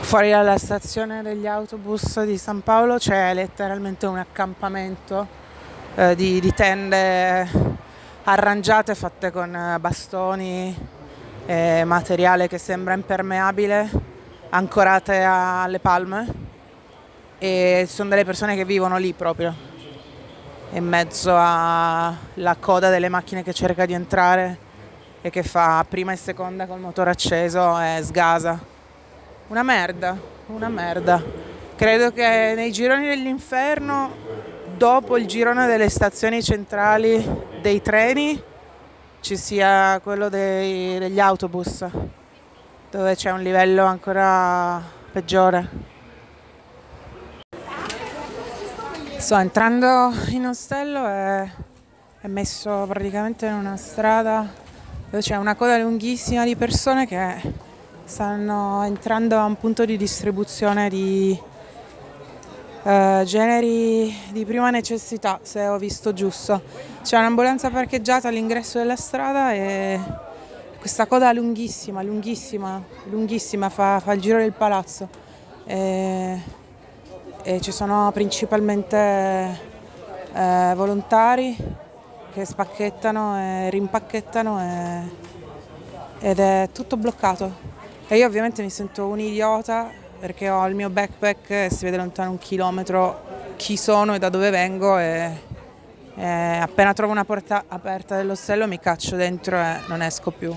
Fuori dalla stazione degli autobus di San Paolo c'è letteralmente un accampamento di tende arrangiate fatte con bastoni e materiale che sembra impermeabile, ancorate alle palme, e ci sono delle persone che vivono lì proprio, in mezzo alla coda delle macchine che cerca di entrare e che fa prima e seconda col motore acceso e sgasa. Una merda, una merda. Credo che nei gironi dell'inferno, dopo il girone delle stazioni centrali dei treni, ci sia quello degli autobus, dove c'è un livello ancora peggiore. Sto entrando in ostello e è messo praticamente in una strada dove c'è una coda lunghissima di persone che stanno entrando a un punto di distribuzione di generi di prima necessità, se ho visto giusto. C'è un'ambulanza parcheggiata all'ingresso della strada e questa coda lunghissima, lunghissima, lunghissima fa il giro del palazzo. E ci sono principalmente volontari che spacchettano e rimpacchettano ed è tutto bloccato. E io ovviamente mi sento un idiota perché ho il mio backpack e si vede lontano 1 chilometro chi sono e da dove vengo, e appena trovo una porta aperta dell'ostello mi caccio dentro e non esco più.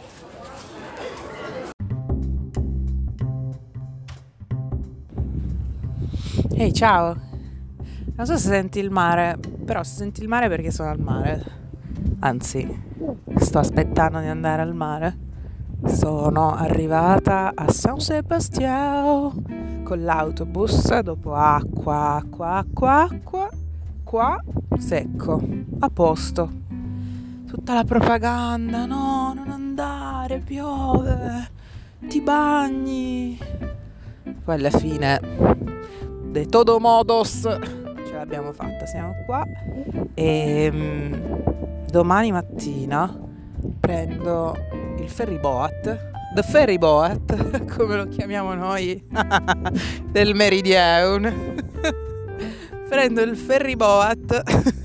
Ehi, ciao! Non so se senti il mare, però se senti il mare perché sono al mare. Anzi, sto aspettando di andare al mare. Sono arrivata a San Sebastião con l'autobus dopo acqua, qua, secco, a posto. Tutta la propaganda, no, non andare, piove, ti bagni. Poi alla fine, de todo modos, ce l'abbiamo fatta, siamo qua e domani mattina prendo il ferryboat, the ferryboat, come lo chiamiamo noi del Meridione. Prendo il ferryboat,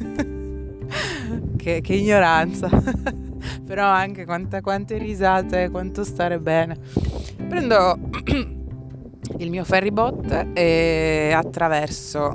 che ignoranza, però anche quante risate, quanto stare bene. Prendo il mio ferryboat e attraverso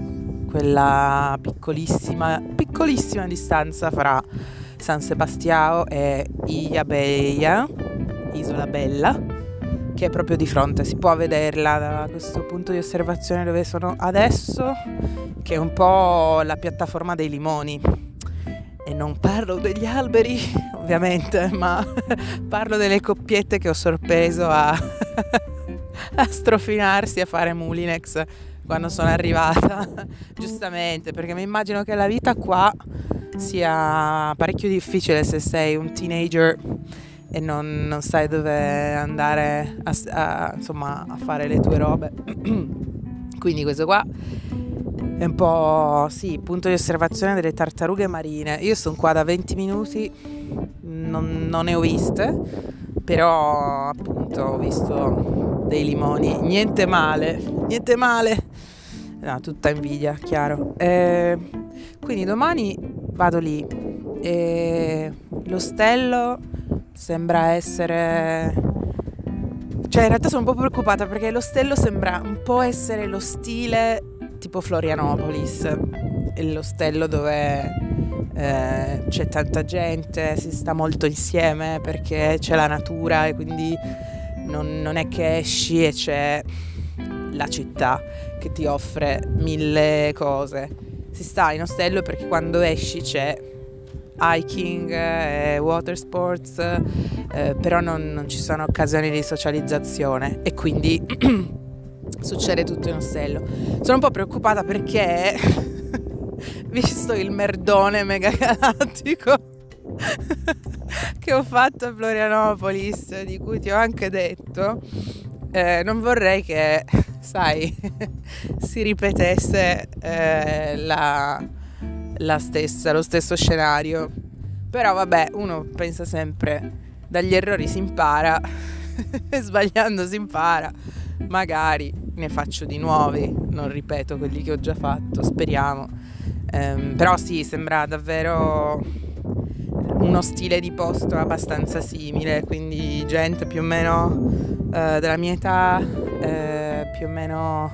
quella piccolissima distanza fra San Sebastião e Ilha Bella, Isola Bella, che è proprio di fronte. Si può vederla da questo punto di osservazione dove sono adesso, che è un po' la piattaforma dei limoni. E non parlo degli alberi, ovviamente, ma parlo delle coppiette che ho sorpreso a strofinarsi, a fare Mulinex quando sono arrivata. Giustamente, perché mi immagino che la vita qua sia parecchio difficile se sei un teenager e non sai dove andare insomma, a fare le tue robe. Quindi questo qua è un po', sì, punto di osservazione delle tartarughe marine. Io sono qua da 20 minuti, non ne ho viste, però appunto ho visto dei limoni, niente male, no, tutta invidia, chiaro. Quindi domani vado lì e l'ostello sembra essere, cioè in realtà sono un po' preoccupata perché l'ostello sembra un po' essere lo stile tipo Florianopolis, è l'ostello dove c'è tanta gente, si sta molto insieme perché c'è la natura e quindi non è che esci e c'è la città che ti offre 1000 cose. Si sta in ostello perché quando esci c'è hiking, water sports, però non ci sono occasioni di socializzazione e quindi succede tutto in ostello. Sono un po' preoccupata perché visto il merdone mega galattico che ho fatto a Florianopolis, di cui ti ho anche detto, non vorrei che, sai, si ripetesse lo stesso scenario. Però vabbè, uno pensa sempre dagli errori si impara e sbagliando si impara, magari ne faccio di nuovi, non ripeto quelli che ho già fatto, speriamo. Però sì, sembra davvero uno stile di posto abbastanza simile, quindi gente più o meno della mia età, più o meno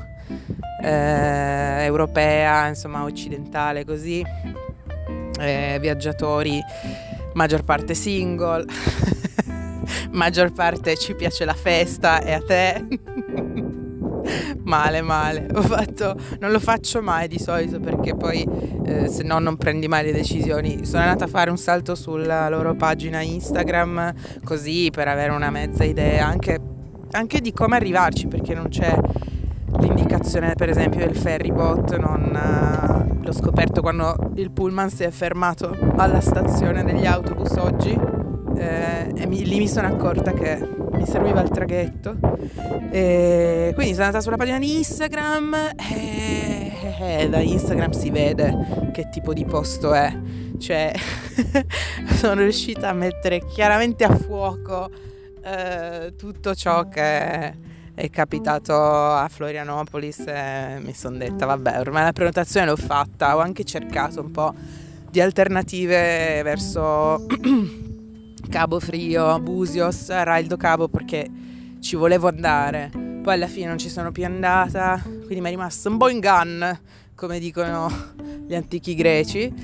europea, insomma occidentale così, viaggiatori, maggior parte single, maggior parte ci piace la festa e a te? Male, non lo faccio mai di solito perché poi se no non prendi mai le decisioni. Sono andata a fare un salto sulla loro pagina Instagram così per avere una mezza idea anche di come arrivarci, perché non c'è l'indicazione per esempio del ferryboat, l'ho scoperto quando il pullman si è fermato alla stazione degli autobus oggi. E lì mi sono accorta che mi serviva il traghetto, e quindi sono andata sulla pagina di Instagram e da Instagram si vede che tipo di posto è, cioè sono riuscita a mettere chiaramente a fuoco tutto ciò che è capitato a Florianopolis, e mi sono detta vabbè, ormai la prenotazione l'ho fatta. Ho anche cercato un po' di alternative verso Cabo Frio, Buzios, Rail do Cabo, perché ci volevo andare, poi alla fine non ci sono più andata, quindi mi è rimasto un po' in gun, come dicono gli antichi greci.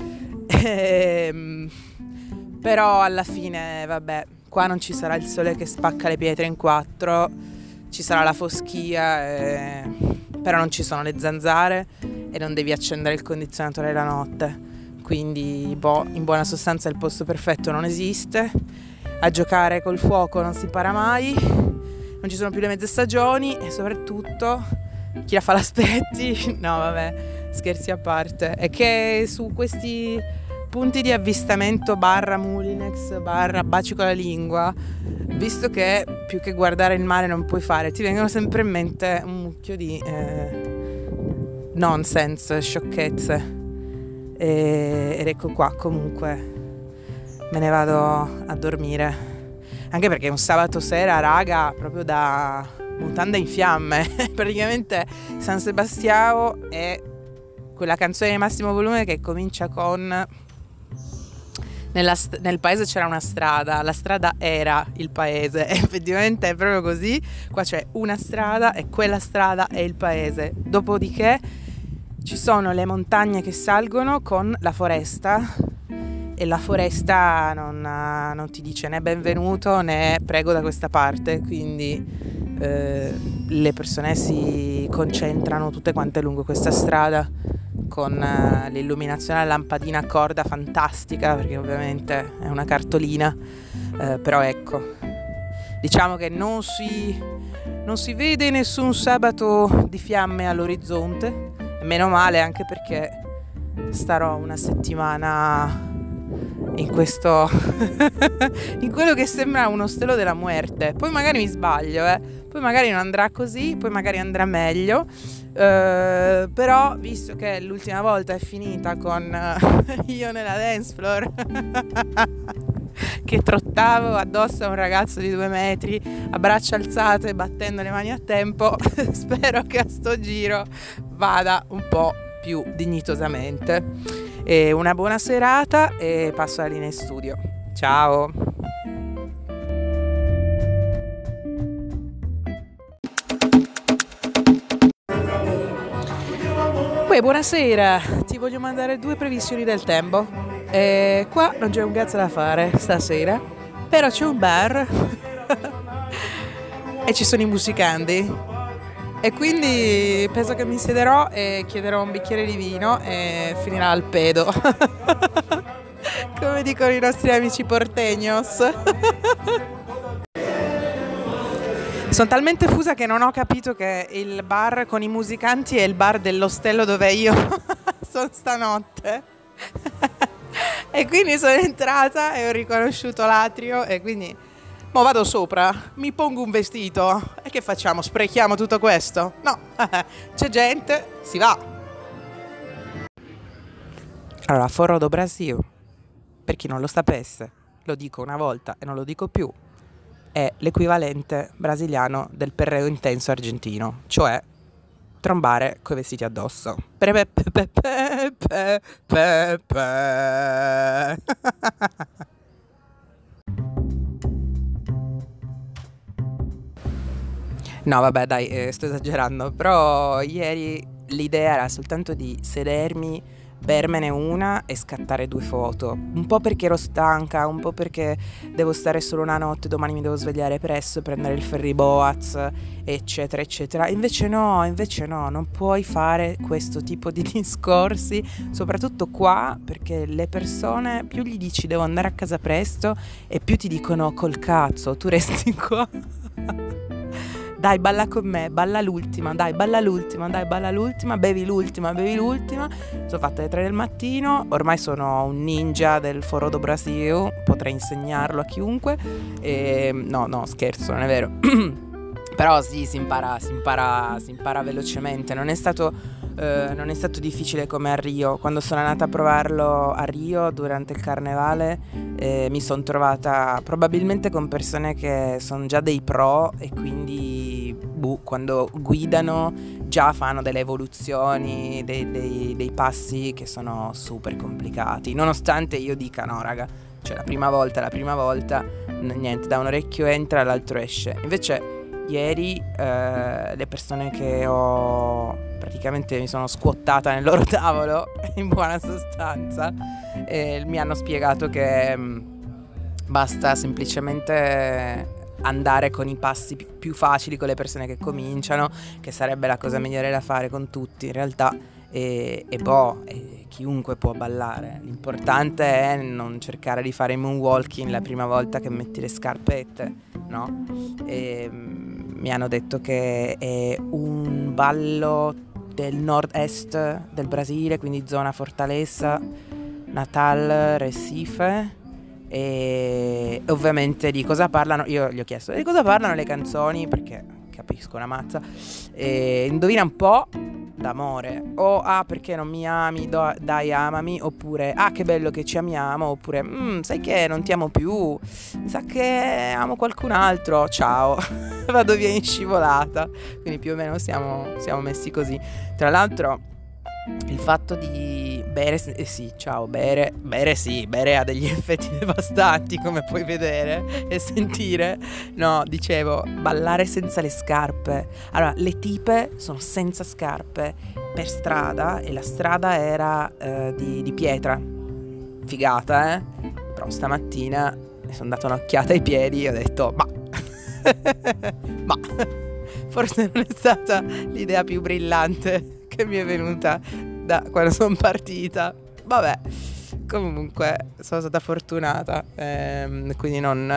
Però alla fine vabbè, qua non ci sarà il sole che spacca le pietre in quattro, ci sarà la foschia, però non ci sono le zanzare e non devi accendere il condizionatore la notte. Quindi in buona sostanza il posto perfetto non esiste, a giocare col fuoco non si impara mai, non ci sono più le mezze stagioni e soprattutto chi la fa l'aspetti, no vabbè, scherzi a parte, è che su questi punti di avvistamento barra Mulinex barra baci con la lingua, visto che più che guardare il mare non puoi fare, ti vengono sempre in mente un mucchio di nonsense, sciocchezze. Ed ecco qua, comunque me ne vado a dormire, anche perché è un sabato sera, raga, proprio da mutanda in fiamme. Praticamente San Sebastiano è quella canzone di massimo volume che comincia con nel paese c'era una strada, la strada era il paese, e effettivamente è proprio così. Qua c'è una strada e quella strada è il paese, dopodiché ci sono le montagne che salgono con la foresta, e la foresta non ti dice né benvenuto né prego da questa parte, quindi le persone si concentrano tutte quante lungo questa strada con l'illuminazione a lampadina a corda fantastica, perché ovviamente è una cartolina, però ecco, diciamo che non si vede nessun sabato di fiamme all'orizzonte. Meno male, anche perché starò una settimana in questo in quello che sembra un ostello della muerte. Poi magari mi sbaglio, poi magari non andrà così, poi magari andrà meglio, però visto che l'ultima volta è finita con io nella dance floor che trottavo addosso a un ragazzo di 2 metri a braccia alzate battendo le mani a tempo, spero che a sto giro vada un po' più dignitosamente. E una buona serata e passo la linea in studio. Ciao! Poi buonasera, ti voglio mandare 2 previsioni del tempo. Qua non c'è un cazzo da fare stasera, però c'è un bar e ci sono i musicanti, e quindi penso che mi siederò e chiederò un bicchiere di vino e finirà al pedo come dicono i nostri amici porteños. Sono talmente fusa che non ho capito che il bar con i musicanti è il bar dell'ostello dove io sono stanotte. E quindi sono entrata e ho riconosciuto l'atrio, e quindi mo vado sopra, mi pongo un vestito e che facciamo? Sprechiamo tutto questo? No, c'è gente, si va. Allora, Forró do Brasil, per chi non lo sapesse, lo dico una volta e non lo dico più, è l'equivalente brasiliano del perreo intenso argentino, cioè trombare coi vestiti addosso. No, vabbè, dai, sto esagerando, però ieri l'idea era soltanto di sedermi, bermene una e scattare 2 foto. Un po' perché ero stanca, un po' perché devo stare solo una notte, domani mi devo svegliare presto, prendere il ferry Boaz, eccetera, eccetera. Invece no, non puoi fare questo tipo di discorsi, soprattutto qua, perché le persone, più gli dici devo andare a casa presto, e più ti dicono col cazzo, tu resti qua. Dai, balla con me, balla l'ultima, dai, balla l'ultima, dai, balla l'ultima, bevi l'ultima, bevi l'ultima. Sono fatte le 3 del mattino, ormai sono un ninja del Foro do Brasil, potrei insegnarlo a chiunque. No, scherzo, non è vero. Però sì, si impara velocemente. Non è stato difficile come a Rio. Quando sono andata a provarlo a Rio durante il carnevale, mi sono trovata probabilmente con persone che sono già dei pro e quindi quando guidano già fanno delle evoluzioni, dei passi che sono super complicati. Nonostante io dica no, raga, cioè la prima volta, niente, da un orecchio entra, l'altro esce. Invece ieri le persone che ho praticamente mi sono squattata nel loro tavolo, in buona sostanza, mi hanno spiegato che basta semplicemente andare con i passi più facili con le persone che cominciano, che sarebbe la cosa migliore da fare con tutti in realtà, e chiunque può ballare. L'importante è non cercare di fare moonwalking la prima volta che metti le scarpette, no? Mi hanno detto che è un ballo del nord-est del Brasile, quindi zona Fortaleza, Natal, Recife, e ovviamente di cosa parlano. Io gli ho chiesto di cosa parlano le canzoni, perché capisco una mazza, e indovina un po'. D'amore, o perché non mi ami, dai amami, oppure che bello che ci amiamo, oppure sai che non ti amo più, mi sa che amo qualcun altro, ciao. Vado via in scivolata. Quindi più o meno siamo messi così. Tra l'altro il fatto di bere, bere ha degli effetti devastanti, come puoi vedere e sentire. No, dicevo, ballare senza le scarpe. Allora, le tipe sono senza scarpe per strada, e la strada era di pietra. Figata, Però stamattina mi sono dato un'occhiata ai piedi e ho detto, ma forse non è stata l'idea più brillante che mi è venuta da quando sono partita. Vabbè, comunque sono stata fortunata, quindi non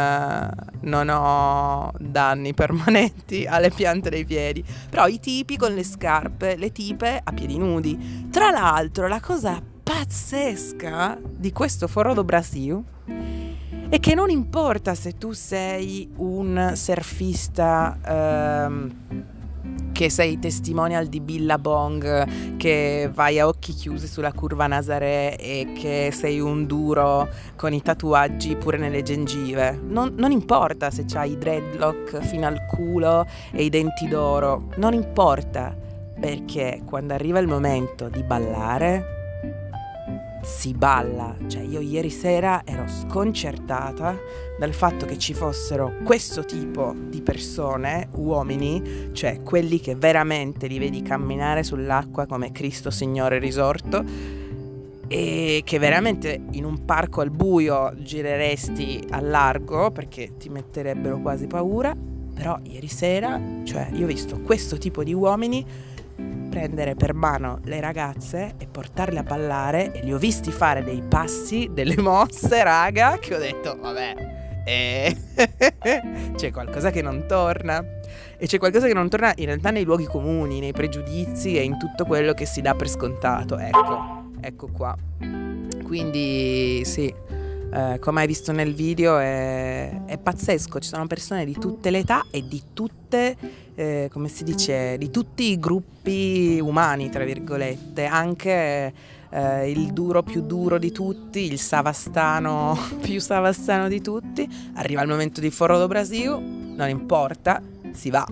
ho danni permanenti alle piante dei piedi. Però i tipi con le scarpe, le tipe a piedi nudi. Tra l'altro la cosa pazzesca di questo Foro do Brasil è che non importa se tu sei un surfista, che sei testimonial di Billabong, che vai a occhi chiusi sulla curva Nazaré, e che sei un duro con i tatuaggi pure nelle gengive. Non importa se c'hai i dreadlock fino al culo e i denti d'oro, non importa, perché quando arriva il momento di ballare si balla. Cioè, io ieri sera ero sconcertata dal fatto che ci fossero questo tipo di persone, uomini, cioè quelli che veramente li vedi camminare sull'acqua come Cristo Signore risorto, e che veramente in un parco al buio gireresti al largo perché ti metterebbero quasi paura. Però ieri sera, cioè, io ho visto questo tipo di uomini prendere per mano le ragazze e portarle a ballare, e li ho visti fare dei passi, delle mosse, raga, che ho detto, vabbè, c'è qualcosa che non torna. E c'è qualcosa che non torna in realtà nei luoghi comuni, nei pregiudizi e in tutto quello che si dà per scontato. Ecco qua. Quindi sì, come hai visto nel video è pazzesco. Ci sono persone di tutte le età e di tutte, come si dice, di tutti i gruppi umani, tra virgolette, anche il duro più duro di tutti, il savastano più savastano di tutti. Arriva il momento di Forró do Brasil, non importa, si va.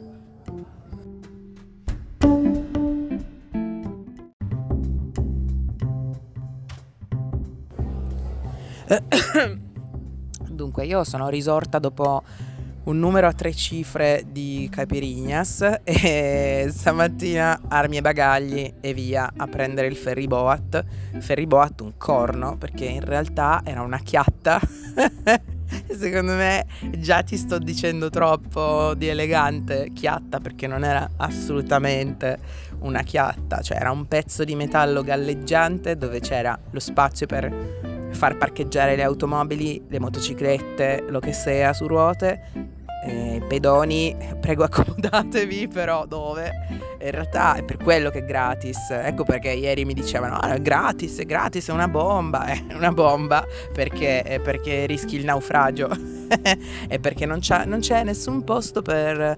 Dunque, io sono risorta dopo un numero a 3 cifre di caipirinhas e stamattina armi e bagagli e via a prendere il ferryboat, un corno, perché in realtà era una chiatta. Secondo me già ti sto dicendo troppo di elegante chiatta, perché non era assolutamente una chiatta, cioè era un pezzo di metallo galleggiante dove c'era lo spazio per far parcheggiare le automobili, le motociclette, lo che sia su ruote. Pedoni, prego accomodatevi, però dove? In realtà è per quello che è gratis. Ecco perché ieri mi dicevano è gratis, è una bomba. È una bomba perché rischi il naufragio. E perché non c'è nessun posto per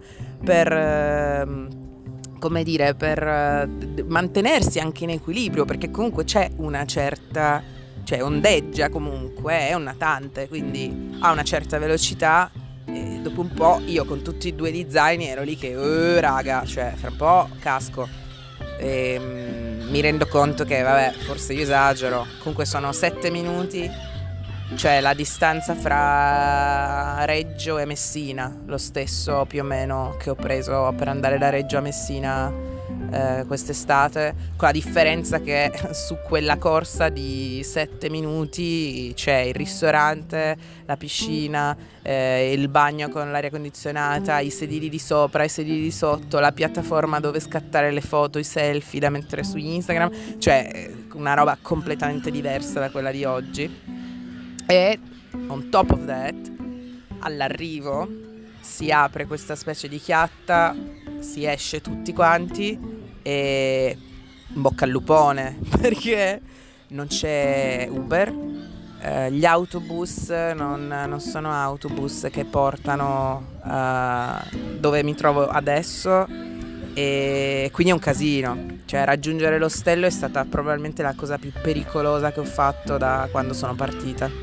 come dire, per mantenersi anche in equilibrio, perché comunque c'è una certa, cioè ondeggia comunque, è un natante, quindi ha una certa velocità. E dopo un po' io con tutti e 2 gli zaini ero lì che raga, cioè fra un po' casco. Mi rendo conto che vabbè, forse io esagero. Comunque sono 7 minuti, cioè la distanza fra Reggio e Messina, lo stesso più o meno che ho preso per andare da Reggio a Messina quest'estate, con la differenza che su quella corsa di 7 minuti c'è il ristorante, la piscina, il bagno con l'aria condizionata, i sedili di sopra, i sedili di sotto, la piattaforma dove scattare le foto, i selfie da mettere su Instagram, cioè una roba completamente diversa da quella di oggi. E on top of that, all'arrivo si apre questa specie di chiatta, si esce tutti quanti e in bocca al lupone, perché non c'è Uber, gli autobus non sono autobus che portano dove mi trovo adesso, e quindi è un casino. Cioè raggiungere l'ostello è stata probabilmente la cosa più pericolosa che ho fatto da quando sono partita.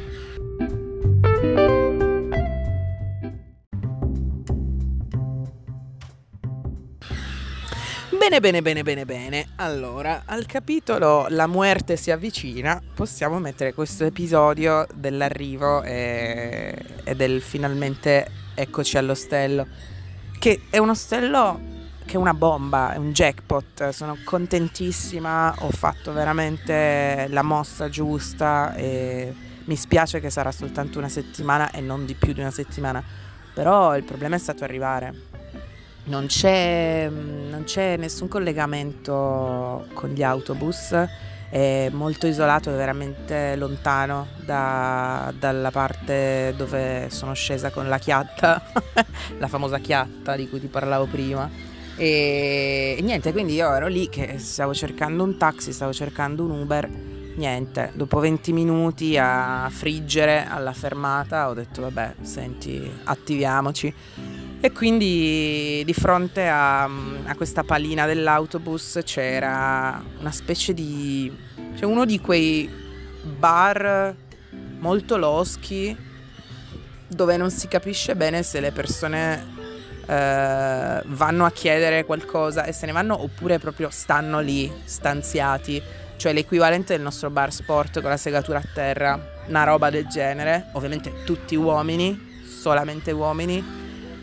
Bene. Allora, al capitolo La muerte si avvicina possiamo mettere questo episodio dell'arrivo e del finalmente eccoci all'ostello, che è un ostello che è una bomba, è un jackpot. Sono contentissima, ho fatto veramente la mossa giusta e mi spiace che sarà soltanto una settimana e non di più di una settimana, però il problema è stato arrivare. Non c'è nessun collegamento con gli autobus, è molto isolato, è veramente lontano dalla parte dove sono scesa con la chiatta, la famosa chiatta di cui ti parlavo prima. E niente, quindi io ero lì che stavo cercando un taxi, stavo cercando un Uber, niente, dopo 20 minuti a friggere alla fermata ho detto vabbè, senti, attiviamoci. E quindi di fronte a questa palina dell'autobus c'era una specie di, cioè uno di quei bar molto loschi dove non si capisce bene se le persone vanno a chiedere qualcosa e se ne vanno oppure proprio stanno lì stanziati, cioè l'equivalente del nostro bar sport con la segatura a terra, una roba del genere. Ovviamente tutti uomini, solamente uomini.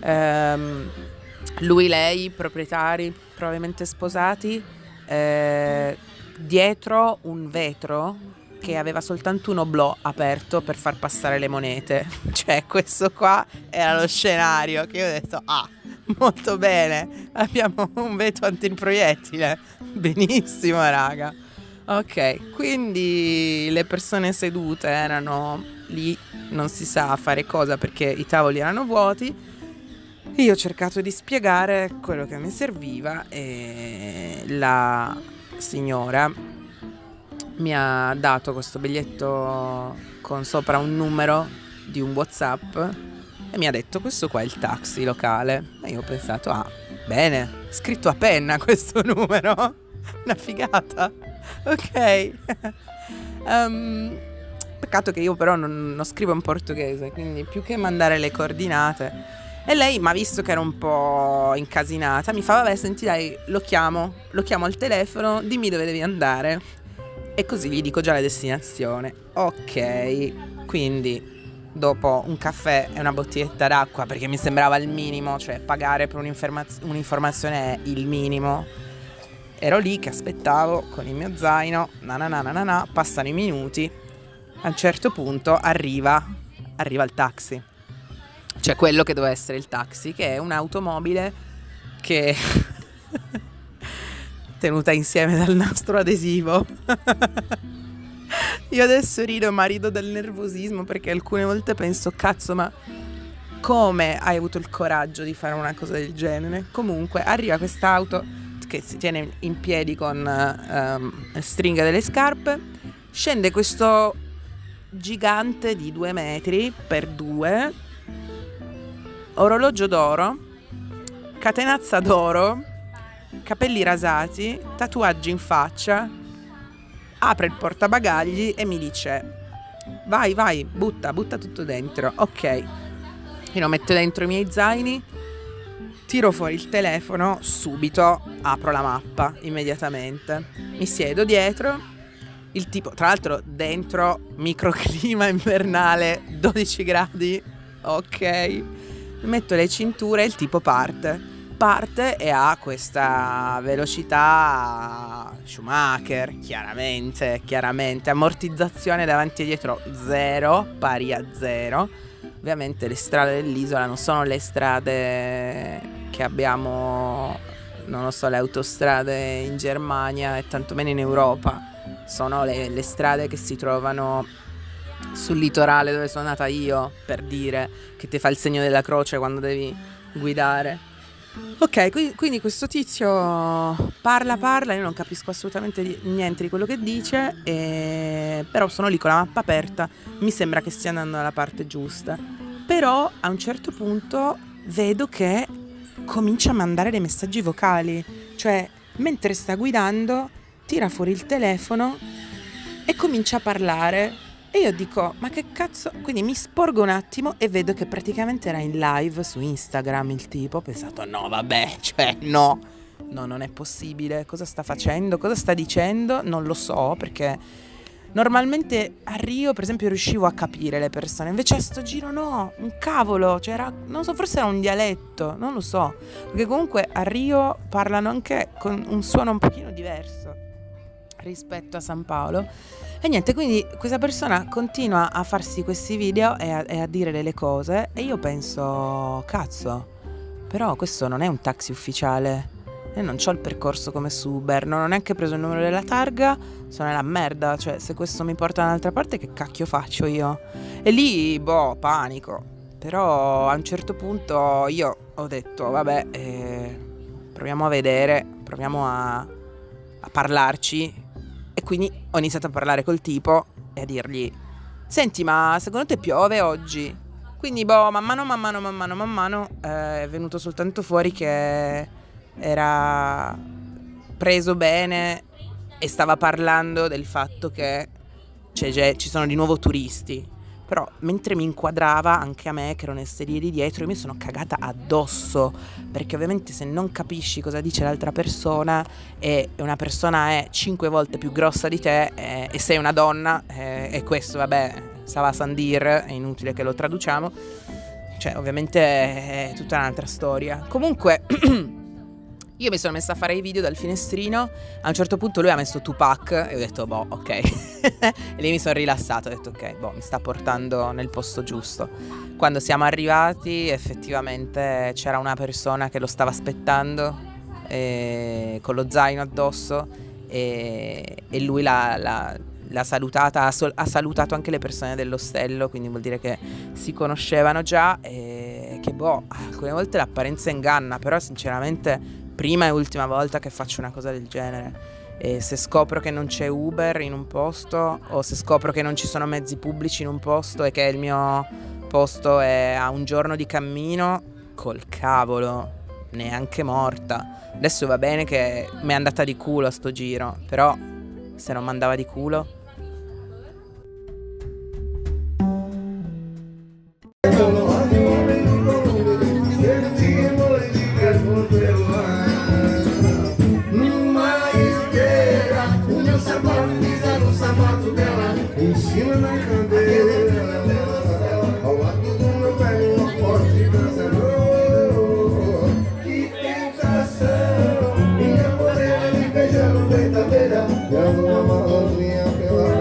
Lui, lei, proprietari, probabilmente sposati, dietro un vetro che aveva soltanto un oblò aperto per far passare le monete. Cioè questo qua era lo scenario che io ho detto molto bene, abbiamo un vetro antiproiettile, benissimo raga. Ok, quindi le persone sedute erano lì, non si sa a fare cosa perché i tavoli erano vuoti. Io ho cercato di spiegare quello che mi serviva e la signora mi ha dato questo biglietto con sopra un numero di un WhatsApp e mi ha detto questo qua è il taxi locale. E io ho pensato bene, scritto a penna questo numero, una figata. Ok. Peccato che io però non scrivo in portoghese, quindi più che mandare le coordinate. E lei mi ha visto che era un po' incasinata, mi fa vabbè senti dai, lo chiamo al telefono, dimmi dove devi andare. E così gli dico già la destinazione. Ok, quindi dopo un caffè e una bottiglietta d'acqua, perché mi sembrava il minimo, cioè pagare per un'informazione è il minimo. Ero lì che aspettavo con il mio zaino, passano i minuti, a un certo punto arriva il taxi, cioè quello che doveva essere il taxi, che è un'automobile che tenuta insieme dal nastro adesivo. Io adesso rido, ma rido del nervosismo, perché alcune volte penso, cazzo, ma come hai avuto il coraggio di fare una cosa del genere? Comunque arriva quest'auto che si tiene in piedi con stringhe delle scarpe, scende questo gigante di 2 metri per 2, orologio d'oro, catenazza d'oro, capelli rasati, tatuaggi in faccia, apre il portabagagli e mi dice vai, butta tutto dentro. Ok, io lo metto dentro i miei zaini, tiro fuori il telefono, subito apro la mappa immediatamente, mi siedo dietro, il tipo, tra l'altro dentro microclima invernale, 12 gradi, ok, mi metto le cinture e il tipo parte e ha questa velocità Schumacher, chiaramente, ammortizzazione davanti e dietro 0, pari a 0. Ovviamente le strade dell'isola non sono le strade che abbiamo, non lo so, le autostrade in Germania e tantomeno in Europa, sono le strade che si trovano sul litorale dove sono nata io, per dire, che ti fa il segno della croce quando devi guidare. Ok, quindi questo tizio parla, io non capisco assolutamente niente di quello che dice, però sono lì con la mappa aperta, mi sembra che stia andando dalla parte giusta. Però a un certo punto vedo che comincia a mandare dei messaggi vocali, cioè mentre sta guidando tira fuori il telefono e comincia a parlare. E io dico, ma che cazzo? Quindi mi sporgo un attimo e vedo che praticamente era in live su Instagram il tipo. Ho pensato, no vabbè, cioè no, non è possibile. Cosa sta facendo? Cosa sta dicendo? Non lo so, perché normalmente a Rio per esempio riuscivo a capire le persone, invece a sto giro no, un cavolo, cioè era, non so, forse era un dialetto, non lo so, perché comunque a Rio parlano anche con un suono un pochino diverso rispetto a San Paolo. E niente, quindi questa persona continua a farsi questi video e a dire delle cose, e io penso, cazzo, però questo non è un taxi ufficiale, io non c'ho il percorso come su Uber, non ho neanche preso il numero della targa, sono nella merda, cioè se questo mi porta da un'altra parte che cacchio faccio io? E lì, panico. Però a un certo punto io ho detto, vabbè, proviamo a vedere, proviamo a parlarci. E quindi ho iniziato a parlare col tipo e a dirgli, senti, ma secondo te piove oggi? Quindi man mano è venuto soltanto fuori che era preso bene e stava parlando del fatto che ci sono di nuovo turisti. Però mentre mi inquadrava anche a me, che ero nel sedile dietro, io mi sono cagata addosso, perché ovviamente se non capisci cosa dice l'altra persona e una persona è 5 volte più grossa di te e sei una donna, e questo vabbè, Sava Sandir, è inutile che lo traduciamo, cioè ovviamente è tutta un'altra storia. Comunque io mi sono messa a fare i video dal finestrino, a un certo punto lui ha messo Tupac e ho detto ok. E lì mi sono rilassato, ho detto ok, mi sta portando nel posto giusto. Quando siamo arrivati effettivamente c'era una persona che lo stava aspettando con lo zaino addosso, e lui l'ha salutata, ha salutato anche le persone dell'ostello, quindi vuol dire che si conoscevano già, e che alcune volte l'apparenza inganna, però sinceramente prima e ultima volta che faccio una cosa del genere. E se scopro che non c'è Uber in un posto, o se scopro che non ci sono mezzi pubblici in un posto e che il mio posto è a un giorno di cammino, col cavolo, neanche morta. Adesso va bene che mi è andata di culo a sto giro, però se non mandava di culo. Em cima na cadeira, ao lado do meu velho, uma forte dançador. Que tentação, minha morena me beijando peitadeira, dando uma malandrinha pela